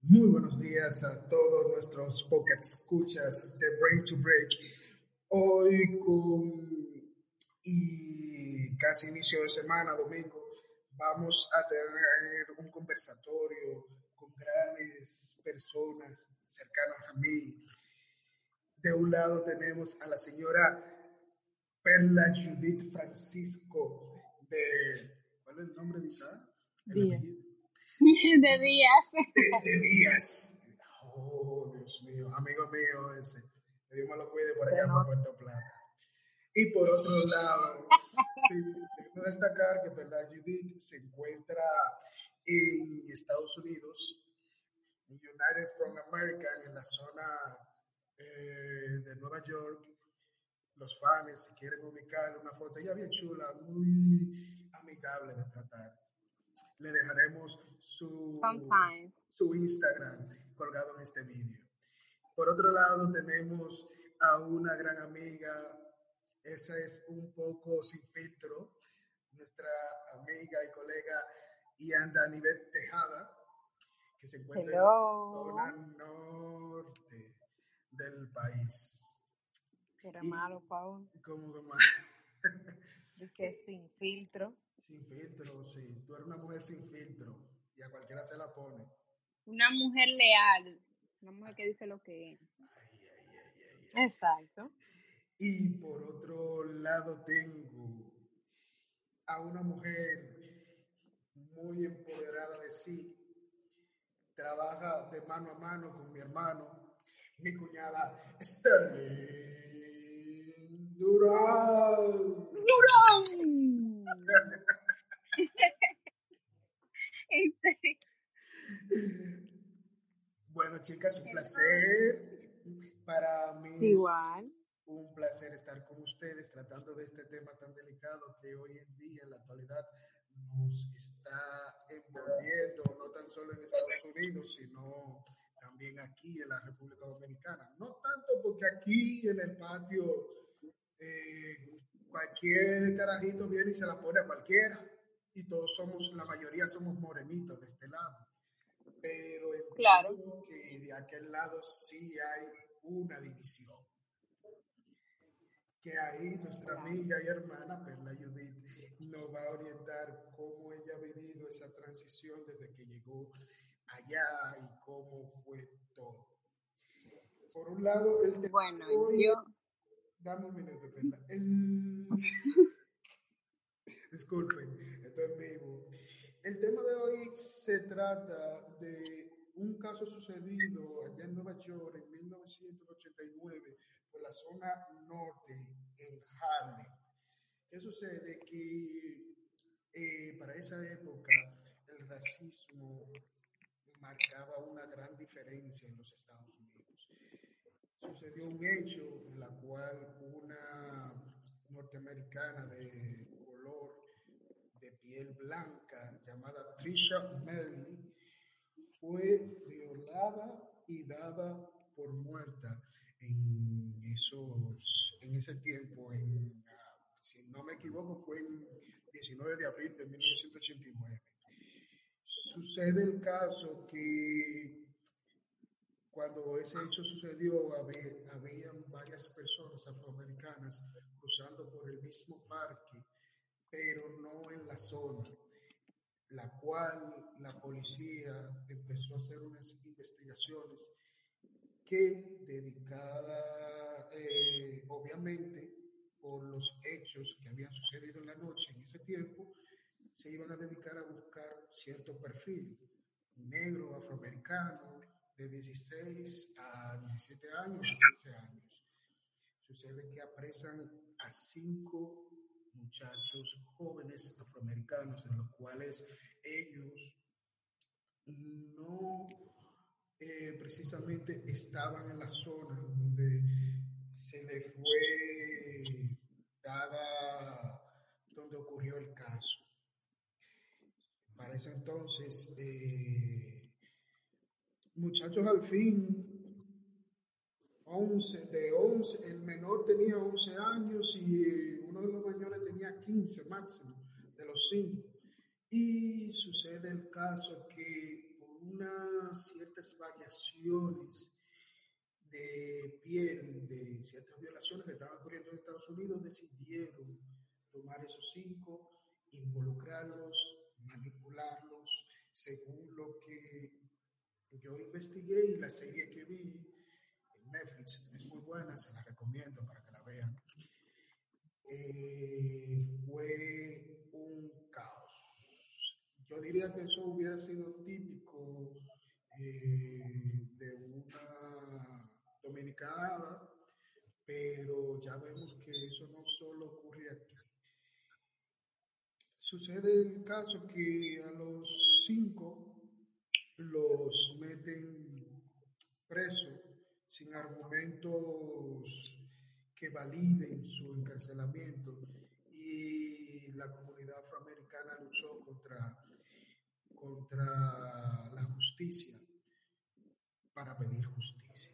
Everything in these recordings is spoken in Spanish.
Muy buenos días a todos nuestros pocket escuchas de Brain to Break. Hoy y casi inicio de semana, domingo, vamos a tener un conversatorio con grandes personas cercanas a mí. De un lado tenemos a la señora Perla Judith Francisco ¿cuál es el nombre de Isaac? Díaz. De Díaz. De Díaz. Oh, Dios mío, amigo mío ese. Que Dios me lo cuide por allá por Puerto Plata. Y por otro lado, sí, debo destacar que Perla Judith se encuentra en Estados Unidos, en United from America, en la zona de Nueva York. Los fans, si quieren ubicar una foto, ella bien chula, muy amigable de tratar. Le dejaremos su Instagram colgado en este vídeo. Por otro lado, tenemos a una gran amiga, esa es un poco sin filtro, nuestra amiga y colega Ian Danivet Tejada, que se encuentra en la zona norte del país. Era malo, Paul. ¿Cómo que malo? Y que sin filtro. Sin filtro, sí. Tú eres una mujer sin filtro y a cualquiera se la pone. Una mujer leal. Una mujer que dice lo que es. Ay. Exacto. Y por otro lado tengo a una mujer muy empoderada de sí. Trabaja de mano a mano con mi hermano, mi cuñada Sterling Durán. Bueno, chicas, un placer para mí. Igual. Un placer estar con ustedes tratando de este tema tan delicado que hoy en día, en la actualidad, nos está envolviendo, no tan solo en Estados Unidos, sino también aquí en la República Dominicana. No tanto porque aquí en el patio cualquier carajito viene y se la pone a cualquiera, y todos somos, la mayoría somos morenitos de este lado. Pero entiendo que de aquel lado sí hay una división. Que ahí nuestra amiga y hermana Perla Judith nos va a orientar cómo ella ha vivido esa transición desde que llegó allá y cómo fue todo. Por un lado, el tema de hoy, dame un minuto, Perla. Disculpen, estoy en vivo. El tema de hoy se trata de un caso sucedido allá en Nueva York en 1989 por la zona norte en Harlem. ¿Qué sucede? Que para esa época el racismo marcaba una gran diferencia en los Estados Unidos. Sucedió un hecho en la cual una norteamericana de color de piel blanca llamada Trisha Melly fue violada y dada por muerta en ese tiempo, si no me equivoco, fue el 19 de abril de 1989. Sucede el caso que cuando ese hecho sucedió, habían varias personas afroamericanas cruzando por el mismo parque, pero no en la zona, la cual la policía empezó a hacer unas investigaciones que dedicada, obviamente, por los hechos que habían sucedido en la noche en ese tiempo, se iban a dedicar a buscar cierto perfil, negro, afroamericano, de 16 a 17 años, 15 años. Sucede que apresan a 5 muchachos jóvenes afroamericanos, de los cuales ellos no precisamente estaban en la zona donde se le fue dada, donde ocurrió el caso. Para ese entonces, muchachos al fin, 11, el menor tenía 11 años y uno de los mayores tenía 15 máximo, de los 5. Y sucede el caso que por un unas ciertas variaciones de piel, de ciertas violaciones que estaban ocurriendo en Estados Unidos, decidieron tomar esos 5, involucrarlos, manipularlos, según lo que yo investigué y la serie que vi en Netflix es muy buena, se la recomiendo para que la vean. Fue un caos. Yo diría que eso hubiera sido típico de una dominicana, pero ya vemos que eso no solo ocurre aquí. Sucede el caso que a los 5 los meten presos sin argumentos que validen su encarcelamiento y la comunidad afroamericana luchó contra la justicia para pedir justicia.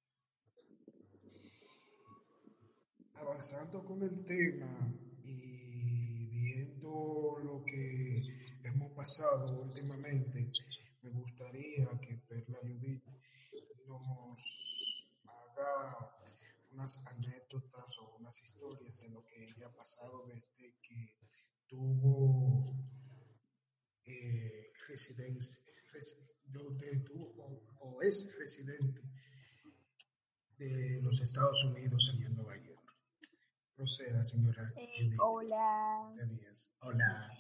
Avanzando con el tema y viendo lo que hemos pasado últimamente, me gustaría que Perla Judith nos haga unas anécdotas o unas historias de lo que ella ha pasado desde que tuvo residencia, donde tuvo o es residente de los Estados Unidos allá en Nueva York. Proceda, señora Judith Hola. de Díaz. Hola.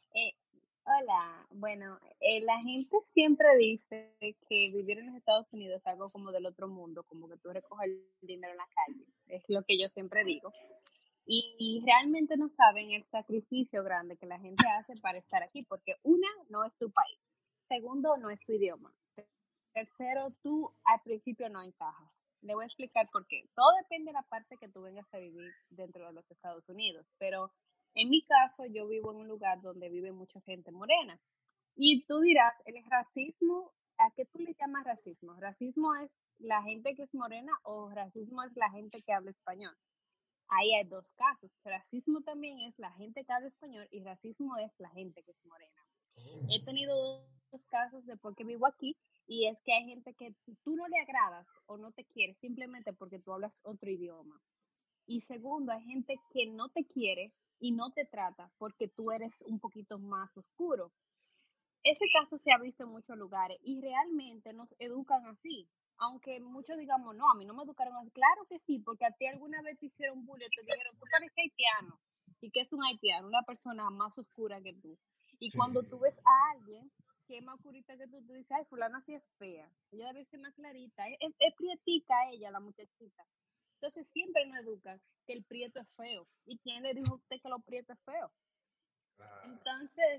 Hola. Bueno, la gente siempre dice que vivir en los Estados Unidos es algo como del otro mundo, como que tú recoges el dinero en la calle. Es lo que yo siempre digo. Y realmente no saben el sacrificio grande que la gente hace para estar aquí, porque una, no es tu país. Segundo, no es tu idioma. Tercero, tú al principio no encajas. Le voy a explicar por qué. Todo depende de la parte que tú vengas a vivir dentro de los Estados Unidos. Pero en mi caso, yo vivo en un lugar donde vive mucha gente morena. Y tú dirás, el racismo, ¿a qué tú le llamas racismo? ¿Racismo es la gente que es morena o racismo es la gente que habla español? Ahí hay dos casos. Racismo también es la gente que habla español y racismo es la gente que es morena. He tenido dos casos de por qué vivo aquí y es que hay gente que tú no le agradas o no te quiere simplemente porque tú hablas otro idioma. Y segundo, hay gente que no te quiere y no te trata porque tú eres un poquito más oscuro. Ese caso se ha visto en muchos lugares y realmente nos educan así. Aunque muchos digamos, no, a mí no me educaron así. Claro que sí, porque a ti alguna vez te hicieron bullying, te dijeron, tú pareces haitiano. ¿Y qué es un haitiano? Una persona más oscura que tú. Y Sí, cuando tú ves a alguien que es más oscurita que tú dices, ay, fulana sí es fea. Ella debe ser más clarita. Es prietica ella, la muchachita. Entonces siempre nos educan que el prieto es feo. ¿Y quién le dijo a usted que lo prieto es feo? Entonces,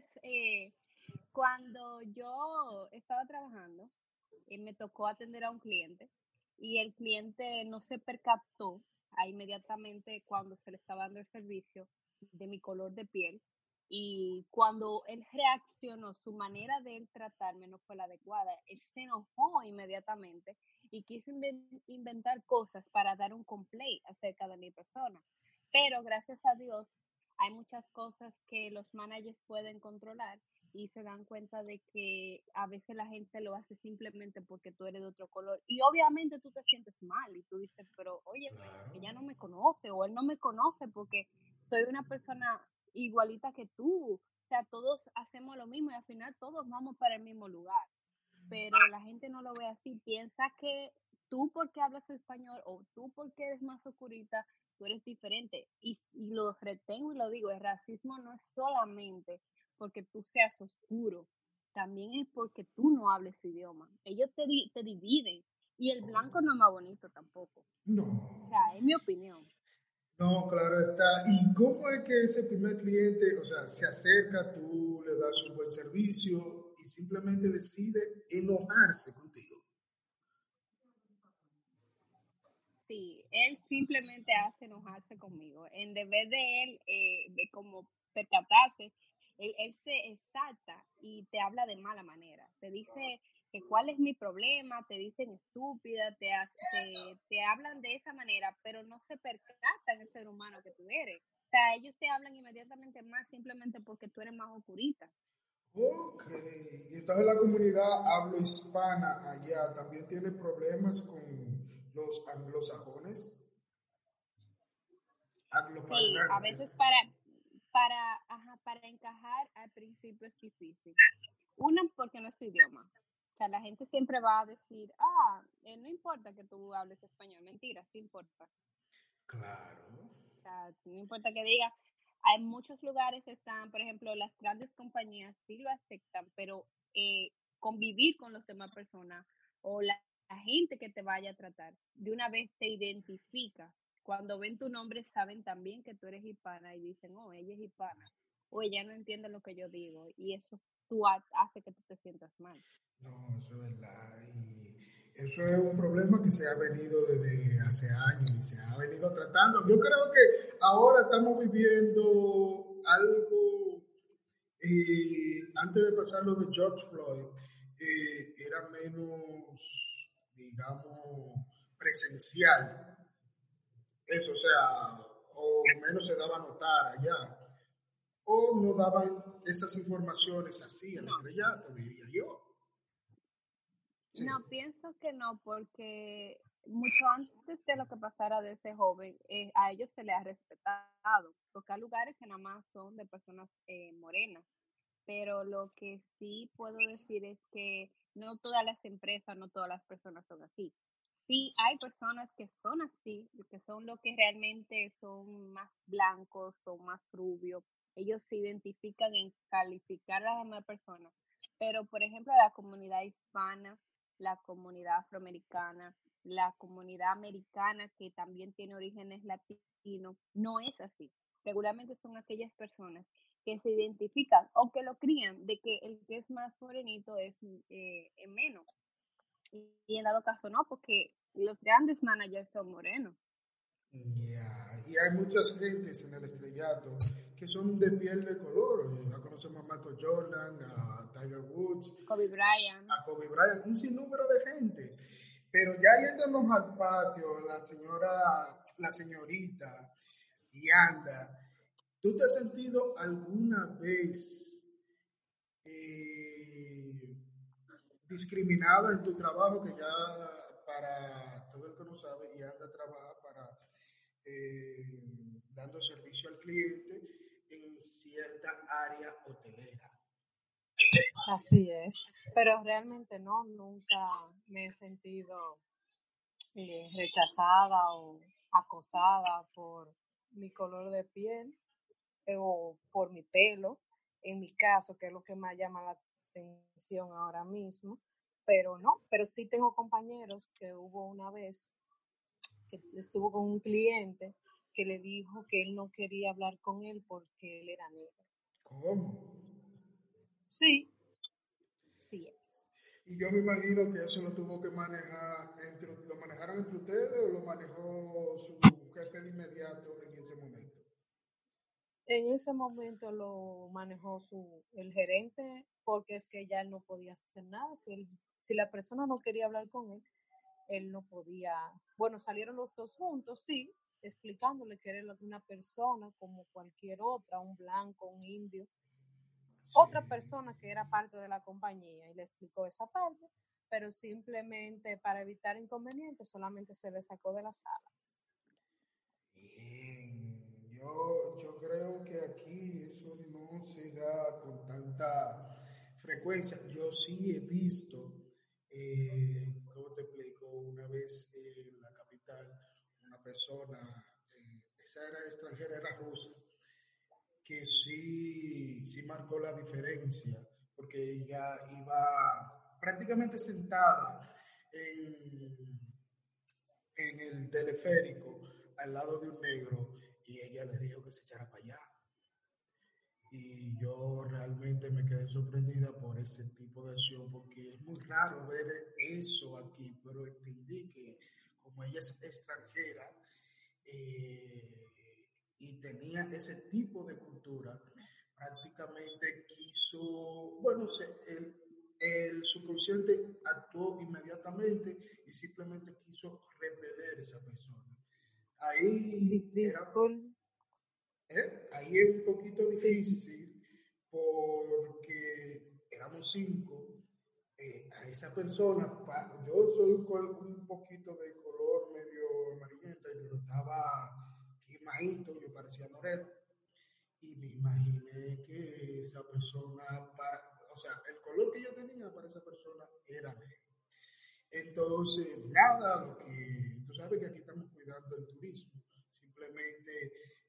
cuando yo estaba trabajando, me tocó atender a un cliente y el cliente no se percató inmediatamente cuando se le estaba dando el servicio de mi color de piel y cuando él reaccionó, su manera de él tratarme no fue la adecuada. Él se enojó inmediatamente y quiso inventar cosas para dar un complaint acerca de mi persona. Pero gracias a Dios hay muchas cosas que los managers pueden controlar y se dan cuenta de que a veces la gente lo hace simplemente porque tú eres de otro color. Y obviamente tú te sientes mal y tú dices, pero oye, claro. ella no me conoce o él no me conoce porque soy una persona igualita que tú. O sea, todos hacemos lo mismo y al final todos vamos para el mismo lugar. Pero la gente no lo ve así. Piensa que tú porque hablas español o tú porque eres más oscurita, tú eres diferente. Y lo retengo y lo digo, el racismo no es solamente porque tú seas oscuro, también es porque tú no hables su idioma. Ellos te dividen y el blanco no es más bonito tampoco. O No, sea, es mi opinión. no, claro está. ¿Y cómo es que ese primer cliente, o sea, se acerca, tú le das un buen servicio y simplemente decide enojarse contigo? Sí, él simplemente hace enojarse conmigo. En vez de él, de como percatarse, él se exalta y te habla de mala manera. Te dice que cuál es mi problema, te dicen estúpida, te hablan de esa manera, pero no se percatan el ser humano que tú eres. O sea, ellos te hablan inmediatamente más simplemente porque tú eres más oscurita. Ok, y entonces la comunidad hablo-hispana allá también tiene problemas con los anglosajones, Sí, a angloparlantes. veces para encajar al principio es difícil. Una, porque no es tu idioma. O sea, la gente siempre va a decir, no importa que tú hables español. Mentira, sí importa. Claro. O sea, no importa que diga. Hay muchos lugares, están, por ejemplo, las grandes compañías sí lo aceptan, pero convivir con los demás personas o la gente que te vaya a tratar, de una vez te identifica. Cuando ven tu nombre saben también que tú eres hispana y dicen, oh, ella es hispana, o ella no entiende lo que yo digo, y eso hace que tú te sientas mal. No, eso es verdad. Y eso es un problema que se ha venido desde hace años y se ha venido tratando. Yo creo que ahora estamos viviendo algo, antes de pasar lo de George Floyd, era menos, digamos, presencial. Eso, o sea, o menos se daba a notar allá. O no daban esas informaciones así al No, estrellato, diría yo. Sí. no, pienso que no, porque mucho antes de lo que pasara de ese joven, a ellos se les ha respetado, porque hay lugares que nada más son de personas morenas, pero lo que sí puedo decir es que no todas las empresas, no todas las personas son así. Sí hay personas que son así, que son lo que realmente son más blancos, son más rubios, ellos se identifican en calificar a las demás personas, pero por ejemplo la comunidad hispana, la comunidad afroamericana, la comunidad americana que también tiene orígenes latinos, no es así. Regularmente son aquellas personas que se identifican o que lo crían de que el que es más morenito es menos. Y en dado caso no, porque los grandes managers son morenos. Yeah. Y hay muchas gentes en el estrellato que son de piel de color. Ya conocemos a Michael Jordan, a Tiger Woods, Kobe Bryant. a Kobe Bryant, un sinnúmero de gente. Pero ya yéndonos al patio, la señorita Yanda, ¿tú te has sentido alguna vez eh, discriminada en tu trabajo? Que ya para todo el que no sabe, Yanda trabaja para dando servicio al cliente en cierta área hotelera. Así es, pero realmente no, nunca me he sentido rechazada o acosada por mi color de piel o por mi pelo, en mi caso, que es lo que más llama la atención ahora mismo, pero no, pero sí tengo compañeros que hubo una vez que estuvo con un cliente que le dijo que él no quería hablar con él porque él era negro. ¿Cómo? Sí, sí es. Y yo me imagino que eso lo tuvo que manejar, ¿lo manejaron entre ustedes o lo manejó su jefe de inmediato en ese momento? En ese momento lo manejó el gerente porque es que ya él no podía hacer nada. Si la persona no quería hablar con él, él no podía. Bueno, salieron los dos juntos, sí, explicándole que era una persona como cualquier otra, un blanco, un indio, Sí. otra persona que era parte de la compañía y le explicó esa parte, pero simplemente para evitar inconvenientes solamente se le sacó de la sala. Bien, yo creo que aquí eso no se da con tanta frecuencia. Yo sí he visto, ¿cómo te explico? Una vez en la capital, una persona, esa era extranjera, era rusa, que sí marcó la diferencia, porque ella iba prácticamente sentada en, en el teleférico al lado de un negro y ella le dijo que se echara para allá. Y yo realmente me quedé sorprendida por ese tipo de acción porque es muy raro ver eso aquí, pero entendí que como ella es extranjera eh, y tenía ese tipo de cultura, prácticamente quiso, bueno, el subconsciente actuó inmediatamente y simplemente quiso repeler a esa persona. Ahí era, Disculpe, ahí es un poquito sí, difícil porque éramos 5, a esa persona, yo soy un poquito de color medio amarillento, pero estaba quemadito, yo parecía moreno, y me imaginé que esa persona, o sea, el color que yo tenía para esa persona era negro. Entonces, nada, lo que tú sabes que aquí estamos cuidando el turismo, simplemente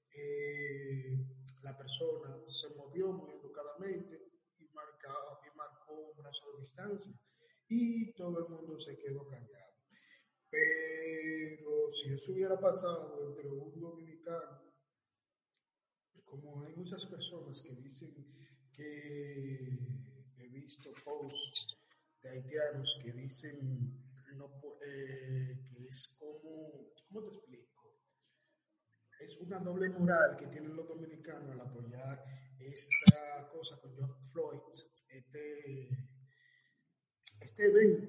la persona se movió muy educadamente y marcó un brazo de distancia y todo el mundo se quedó callado. Pero si eso hubiera pasado entre un dominicano, como hay muchas personas que dicen que he visto posts de haitianos que dicen no, que es como, ¿cómo te explico? Es una doble moral que tienen los dominicanos al apoyar esta cosa con George Floyd, este evento,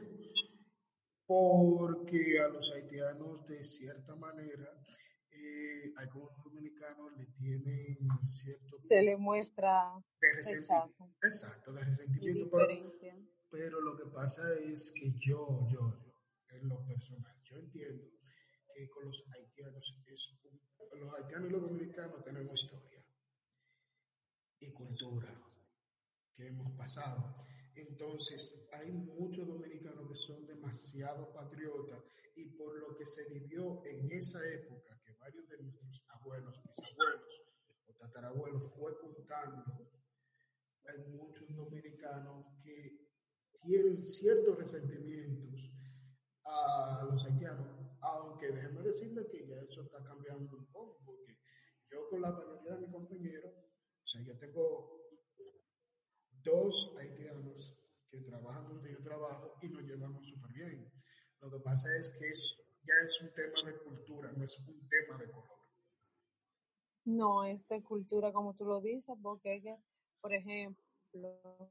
porque a los haitianos de cierta manera algunos dominicanos le tienen cierto Se le muestra de resentimiento, rechazo. exacto, de resentimiento, Indiferencia. pero lo que pasa es que en lo personal, yo entiendo que con los haitianos los haitianos y los dominicanos tenemos historia y cultura que hemos pasado. Entonces, hay muchos dominicanos que son demasiado patriotas y por lo que se vivió en esa época, que varios de nuestros abuelos, bisabuelos o tatarabuelos fue contando, hay muchos dominicanos que tienen ciertos resentimientos a los haitianos, aunque déjenme decirles que ya eso está cambiando un poco, porque yo con la mayoría de mis compañeros, o sea, yo tengo 2 haitianos que trabajan donde yo trabajo y nos llevamos súper bien. Lo que pasa es que ya es un tema de cultura, no es un tema de color. No, es de cultura, como tú lo dices, porque es que, por ejemplo,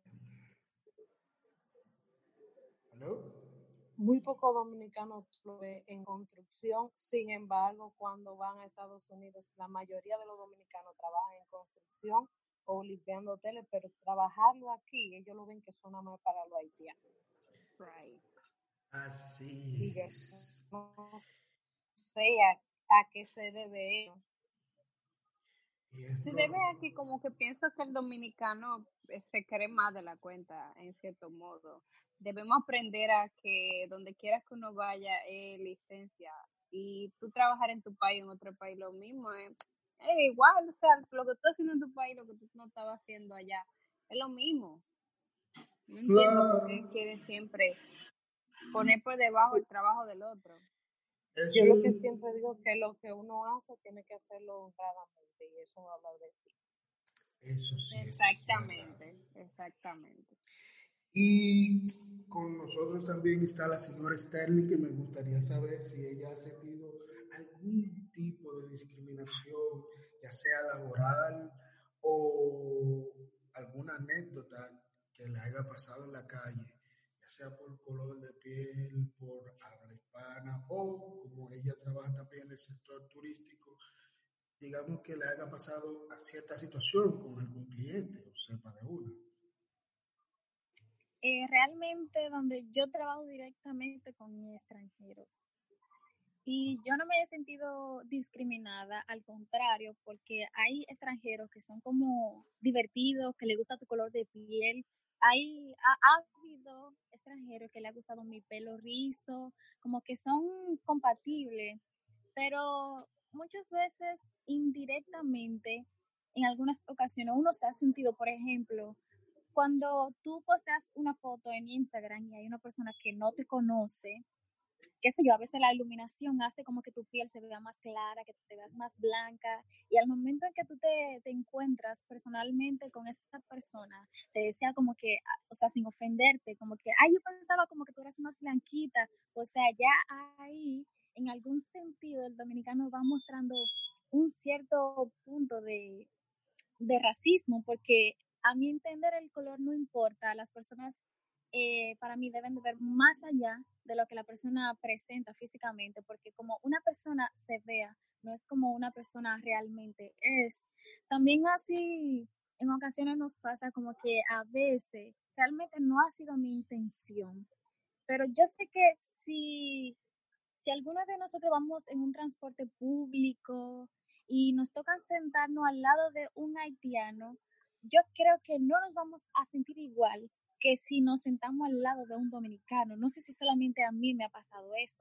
¿Aló? muy pocos dominicanos tú lo ves en construcción. Sin embargo, cuando van a Estados Unidos, la mayoría de los dominicanos trabajan en construcción o limpiando hoteles, pero trabajarlo aquí, ellos lo ven que suena más para los haitianos. Right. Y Así yo es. no sé a qué se debe eso. Y es Se debe a normal. que como que pienso que el dominicano se cree más de la cuenta, en cierto modo. Debemos aprender a que donde quiera que uno vaya es licencia. Y tú trabajar en tu país, en otro país, lo mismo es igual. O sea, lo que tú estás haciendo en tu país, lo que tú no estabas haciendo allá, es lo mismo. No entiendo por qué Claro, quieren siempre poner por debajo el trabajo del otro. es Yo lo que un, siempre digo que lo que uno hace tiene que hacerlo honradamente y eso no habla de ti. eso sí es verdad. Exactamente, exactamente. Y con nosotros también está la señora Sterling, que me gustaría saber si ella ha sentido algún tipo de discriminación, ya sea laboral o alguna anécdota que le haya pasado en la calle, ya sea por color de piel, por habla hispana o como ella trabaja también en el sector turístico, digamos que le haya pasado a cierta situación con algún cliente, o sepa de una. Realmente donde yo trabajo directamente con extranjeros y yo no me he sentido discriminada, al contrario, porque hay extranjeros que son como divertidos, que les gusta tu color de piel. Ha habido extranjeros que les ha gustado mi pelo rizo, como que son compatibles, pero muchas veces indirectamente, en algunas ocasiones, uno se ha sentido, por ejemplo, cuando tú posteas una foto en Instagram y hay una persona que no te conoce, qué sé yo, a veces la iluminación hace como que tu piel se vea más clara, que te veas más blanca, y al momento en que tú te encuentras personalmente con esta persona, te desea como que, o sea, sin ofenderte, como que, ay, yo pensaba como que tú eras más blanquita, o sea, ya ahí, en algún sentido, el dominicano va mostrando un cierto punto de racismo, porque a mi entender el color no importa, las personas para mí deben de ver más allá de lo que la persona presenta físicamente, porque como una persona se vea, no es como una persona realmente es. También así, en ocasiones nos pasa como que a veces realmente no ha sido mi intención. Pero yo sé que si alguna de nosotros vamos en un transporte público y nos toca sentarnos al lado de un haitiano, yo creo que no nos vamos a sentir igual que si nos sentamos al lado de un dominicano. No sé si solamente a mí me ha pasado eso.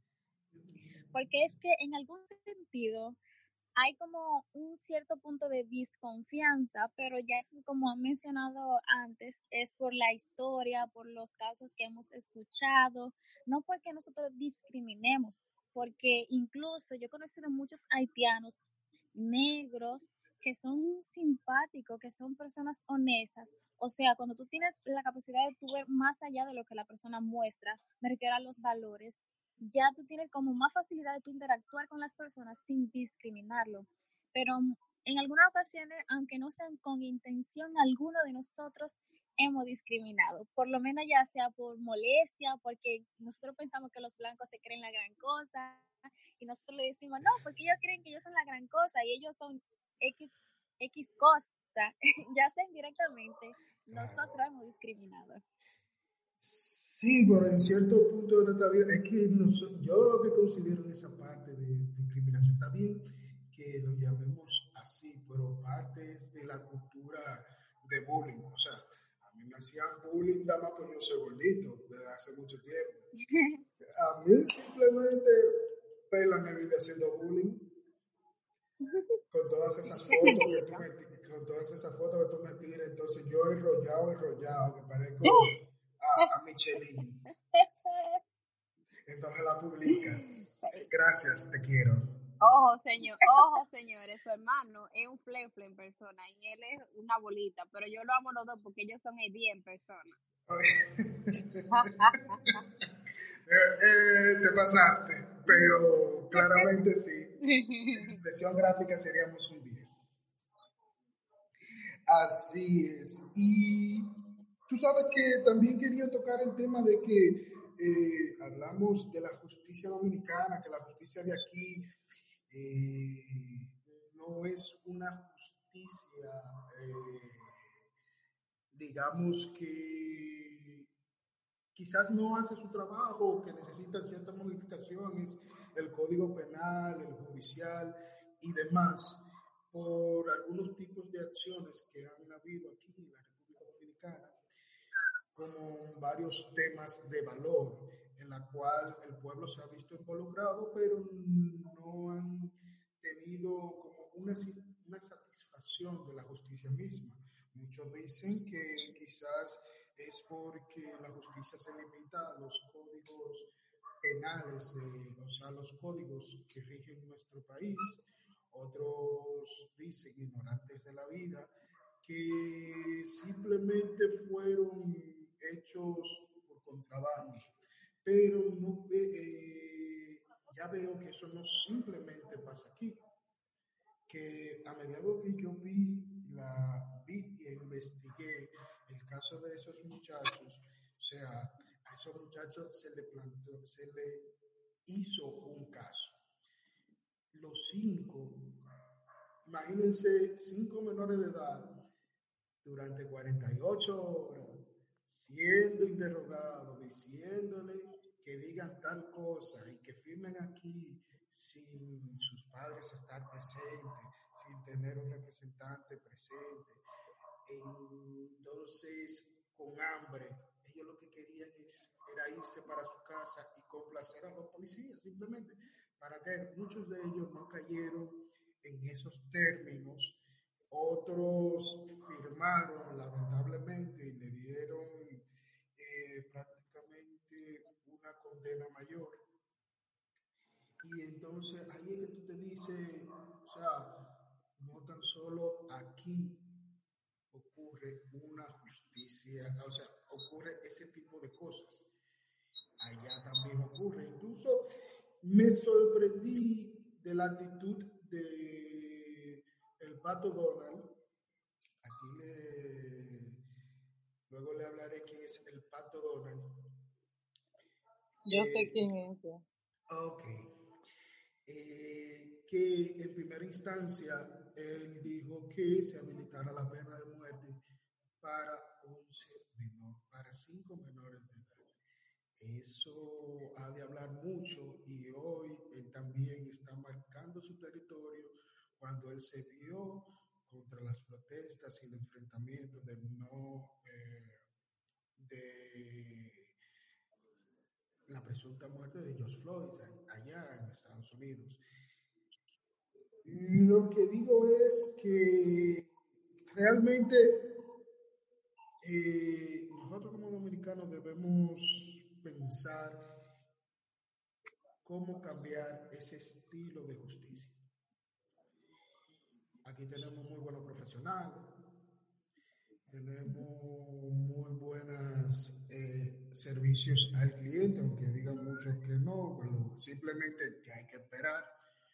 Porque es que en algún sentido hay como un cierto punto de desconfianza, pero ya eso, como han mencionado antes, es por la historia, por los casos que hemos escuchado, no porque nosotros discriminemos, porque incluso yo he conocido muchos haitianos negros que son simpáticos, que son personas honestas. O sea, cuando tú tienes la capacidad de tú ver más allá de lo que la persona muestra, me refiero a los valores, ya tú tienes como más facilidad de tú interactuar con las personas sin discriminarlo. Pero en algunas ocasiones, aunque no sean con intención alguno de nosotros, hemos discriminado, por lo menos ya sea por molestia, porque nosotros pensamos que los blancos se creen la gran cosa, y nosotros le decimos, no, porque ellos creen que ellos son la gran cosa y ellos son X cosa, ya sea indirectamente, nosotros hemos discriminado. Sí, pero en cierto punto de nuestra vida, es que yo lo que considero en esa parte de discriminación, está bien que lo llamemos así, pero parte es de la cultura de bullying. O sea, a mí me hacían bullying nada más porque yo soy gordito desde hace mucho tiempo. A mí simplemente Pela me vive haciendo bullying con todas esas fotos que tú me tiras. Entonces yo enrollado, que parezco a Michelin. Entonces la publicas. Gracias, te quiero. Ojo, señores, su hermano es un flefle en persona y él es una bolita, pero yo lo amo los dos porque ellos son el 10 en persona. Te pasaste, pero claramente sí. En impresión gráfica seríamos un 10. Así es. Y tú sabes que también quería tocar el tema de que hablamos de la justicia dominicana, que la justicia de aquí no es una justicia, digamos que quizás no hace su trabajo, que necesita ciertas modificaciones, el código penal, el judicial y demás, por algunos tipos de acciones que han habido aquí en la República Dominicana, como varios temas de valor, en la cual el pueblo se ha visto involucrado, pero no han tenido como una satisfacción de la justicia misma. Muchos dicen que quizás es porque la justicia se limita a los códigos penales, o sea, los códigos que rigen nuestro país. Otros dicen, ignorantes de la vida, que simplemente fueron hechos por contrabando. Pero no, ya veo que eso no simplemente pasa aquí. Que a medida que yo vi e investigué el caso de esos muchachos, o sea, a esos muchachos se le hizo un caso. Los 5, imagínense, 5 menores de edad durante 48 horas siendo interrogados, diciéndole que digan tal cosa y que firmen aquí sin sus padres estar presentes, sin tener un representante presente. Entonces, con hambre, ellos lo que querían era irse para su casa y complacer a los policías, simplemente, para que muchos de ellos no cayeron en esos términos. Otros firmaron lamentablemente y le dieron prácticamente una condena mayor. Y entonces ahí es que tú te dices, o sea, no tan solo aquí ocurre una justicia, o sea, ocurre ese tipo de cosas. Allá también ocurre. Incluso me sorprendí de la actitud de el Pato Donald. Luego le hablaré quién es el Pato Donald. Yo sé quién es. Ok. Que en primera instancia él dijo que se habilitara la pena de muerte para 11 menores para 5 menores de edad. Eso ha de hablar mucho y hoy él también está marcando su territorio cuando él se vio contra las protestas y el enfrentamiento de la presunta muerte de George Floyd allá en Estados Unidos. Lo que digo es que realmente nosotros como dominicanos debemos pensar cómo cambiar ese estilo de justicia. Aquí tenemos muy buenos profesionales, tenemos muy buenos servicios al cliente, aunque digan muchos que no, pero simplemente que hay que esperar.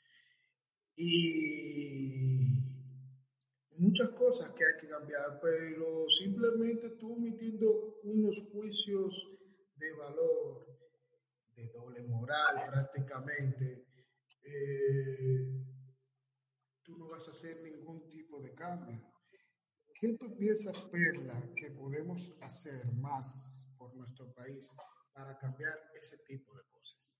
Y muchas cosas que hay que cambiar, pero simplemente tú emitiendo unos juicios de valor, de doble moral prácticamente, eh, tú no vas a hacer ningún tipo de cambio. ¿Qué tú piensas, Perla, que podemos hacer más por nuestro país para cambiar ese tipo de cosas?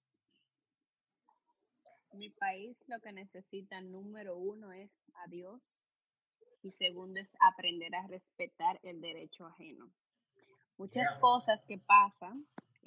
Mi país lo que necesita, número uno, es a Dios y segundo es aprender a respetar el derecho ajeno. Muchas Yeah. cosas que pasan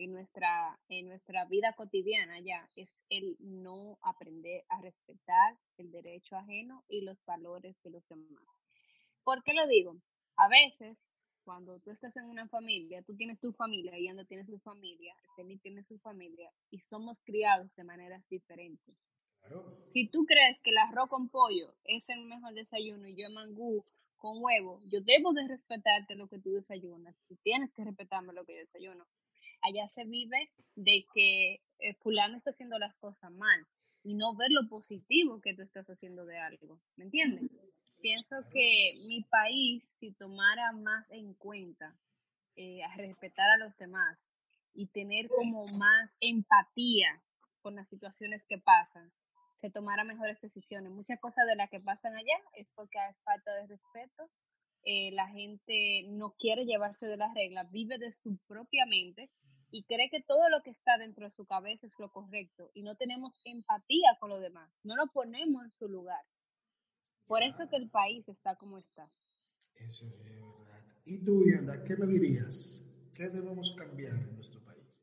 en nuestra vida cotidiana ya es el no aprender a respetar el derecho ajeno y los valores de los demás. ¿Por qué lo digo? A veces, cuando tú estás en una familia, tú tienes tu familia y Anda tiene su familia, Steny tiene su familia y somos criados de maneras diferentes. Claro. Si tú crees que el arroz con pollo es el mejor desayuno y yo mangú con huevo, yo debo de respetarte lo que tú desayunas. Tú tienes que respetarme lo que yo desayuno. Allá se vive de que fulano está haciendo las cosas mal y no ver lo positivo que tú estás haciendo de algo. ¿Me entiendes? Pienso que mi país, si tomara más en cuenta a respetar a los demás y tener como más empatía con las situaciones que pasan, se tomara mejores decisiones. Muchas cosas de las que pasan allá es porque hay falta de respeto. La gente no quiere llevarse de las reglas, vive de su propia mente y cree que todo lo que está dentro de su cabeza es lo correcto y no tenemos empatía con los demás, no lo ponemos en su lugar. Por eso que el país está como está. Eso es verdad. ¿Y tú, Yanda, qué me dirías? ¿Qué debemos cambiar en nuestro país?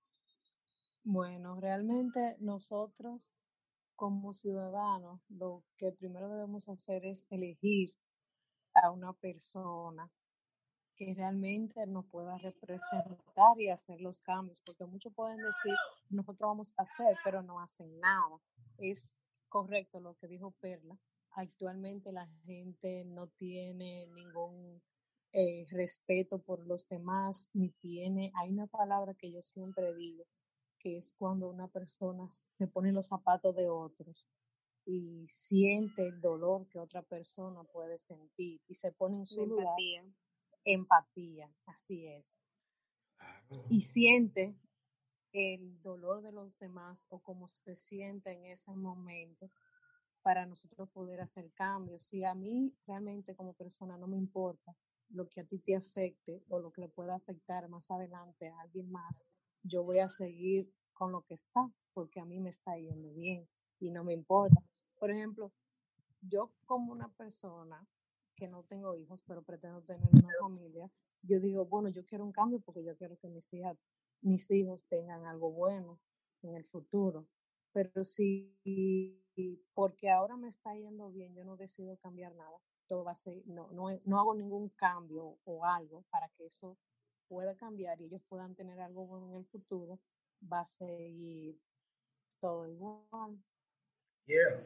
Bueno, realmente nosotros como ciudadanos lo que primero debemos hacer es elegir a una persona que realmente nos pueda representar y hacer los cambios, porque muchos pueden decir, nosotros vamos a hacer, pero no hacen nada. Es correcto lo que dijo Perla. Actualmente la gente no tiene ningún respeto por los demás, ni tiene, hay una palabra que yo siempre digo, que es cuando una persona se pone en los zapatos de otros y siente el dolor que otra persona puede sentir y se pone en La su lugar. empatía. Empatía, así es. Claro. Y siente el dolor de los demás o cómo se siente en ese momento para nosotros poder hacer cambios. Si a mí realmente como persona no me importa lo que a ti te afecte o lo que le pueda afectar más adelante a alguien más, yo voy a seguir con lo que está porque a mí me está yendo bien y no me importa. Por ejemplo, yo como una persona que no tengo hijos, pero pretendo tener una familia, yo digo, bueno, yo quiero un cambio porque yo quiero que mis hijos tengan algo bueno en el futuro. Pero si porque ahora me está yendo bien, yo no decido cambiar nada, todo va a ser, no hago ningún cambio o algo para que eso pueda cambiar y ellos puedan tener algo bueno en el futuro, va a seguir todo igual. Yeah.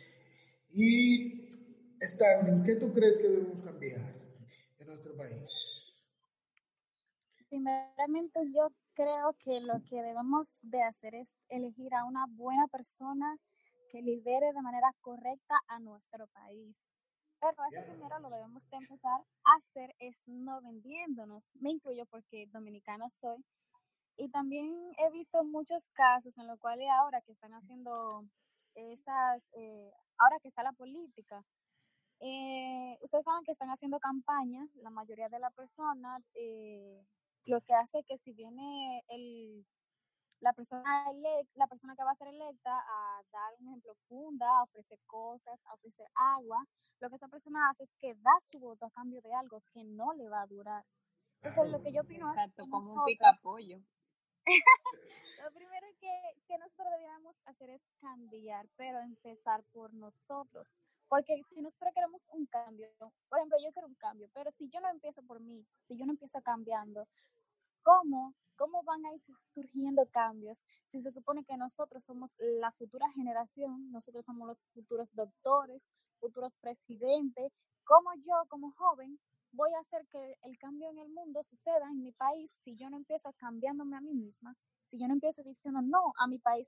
Y, Starling, ¿qué tú crees que debemos cambiar en nuestro país? Primeramente, yo creo que lo que debemos de hacer es elegir a una buena persona que lidere de manera correcta a nuestro país. Pero eso Yeah. primero lo debemos de empezar a hacer es no vendiéndonos. Me incluyo porque dominicano soy. Y también he visto muchos casos en los cuales ahora que están haciendo ahora que está la política, ustedes saben que están haciendo campañas, la mayoría de las personas, lo que hace que si viene la persona que va a ser electa a dar un ejemplo, funda, a ofrecer cosas, a ofrecer agua, lo que esa persona hace es que da su voto a cambio de algo que no le va a durar. Entonces, Claro. lo que yo opino es Exacto, que como un nosotros, picapollo. lo primero que nosotros deberíamos hacer es cambiar, pero empezar por nosotros. Porque si nosotros queremos un cambio, por ejemplo, yo quiero un cambio, pero si yo no empiezo por mí, si yo no empiezo cambiando, ¿Cómo van a ir surgiendo cambios si se supone que nosotros somos la futura generación, nosotros somos los futuros doctores, futuros presidentes? ¿Cómo yo, como joven, voy a hacer que el cambio en el mundo suceda en mi país si yo no empiezo cambiándome a mí misma? Si yo no empiezo diciendo, no, a mi país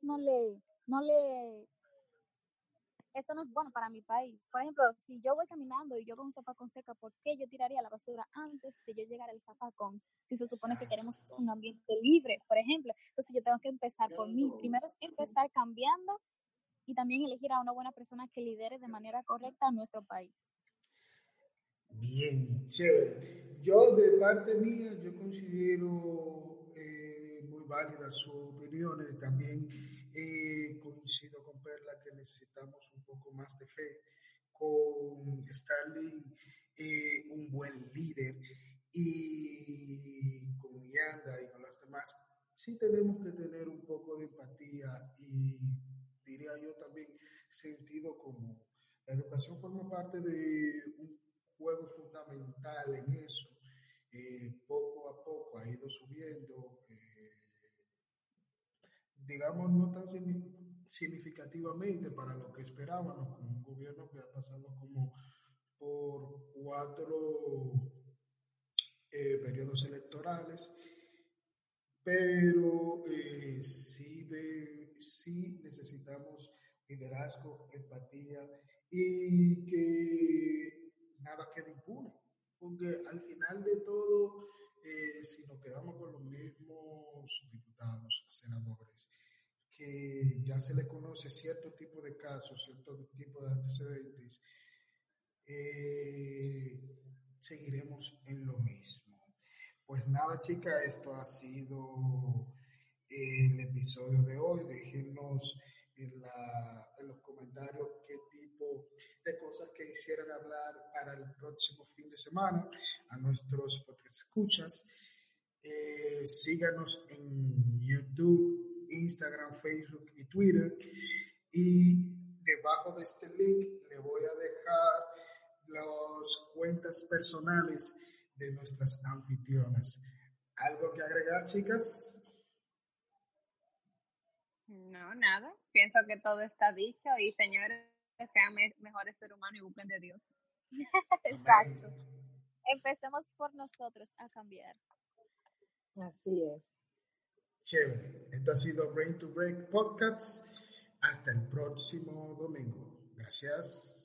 esto no es bueno para mi país. Por ejemplo, si yo voy caminando y yo veo un zafacón cerca, ¿por qué yo tiraría la basura antes de yo llegar al zafacón? Si se supone que queremos un ambiente libre, por ejemplo. Entonces yo tengo que empezar por mí. Primero es empezar cambiando y también elegir a una buena persona que lidere de manera correcta a nuestro país. Bien, chévere. Yo de parte mía, yo considero muy válidas sus opiniones. También coincido con Perla que necesitamos un poco más de fe. Con Starling, un buen líder. Y con Yanda y con las demás, sí tenemos que tener un poco de empatía y diría yo también sentido común. La educación forma parte de un juego fundamental en eso. Poco a poco ha ido subiendo, digamos, no tan significativamente para lo que esperábamos, con un gobierno que ha pasado como por 4 periodos electorales, pero sí necesitamos liderazgo, empatía y que nada quede impune, porque al final de todo, si nos quedamos con los mismos diputados, senadores, que ya se le conoce cierto tipo de casos, cierto tipo de antecedentes, seguiremos en lo mismo. Pues nada, chicas, esto ha sido el episodio de hoy. Déjenos en los comentarios qué tipo de cosas que quisieran hablar para el próximo fin de semana a nuestros escuchas. Síganos en YouTube, Instagram, Facebook y Twitter. Y debajo de este link le voy a dejar las cuentas personales de nuestras anfitrionas. ¿Algo que agregar, chicas? No, nada. Pienso que todo está dicho y señores, sean mejores seres humanos y busquen de Dios. Exacto. Empecemos por nosotros a cambiar. Así es. Chévere. Esto ha sido Brain to Break Podcast. Hasta el próximo domingo. Gracias.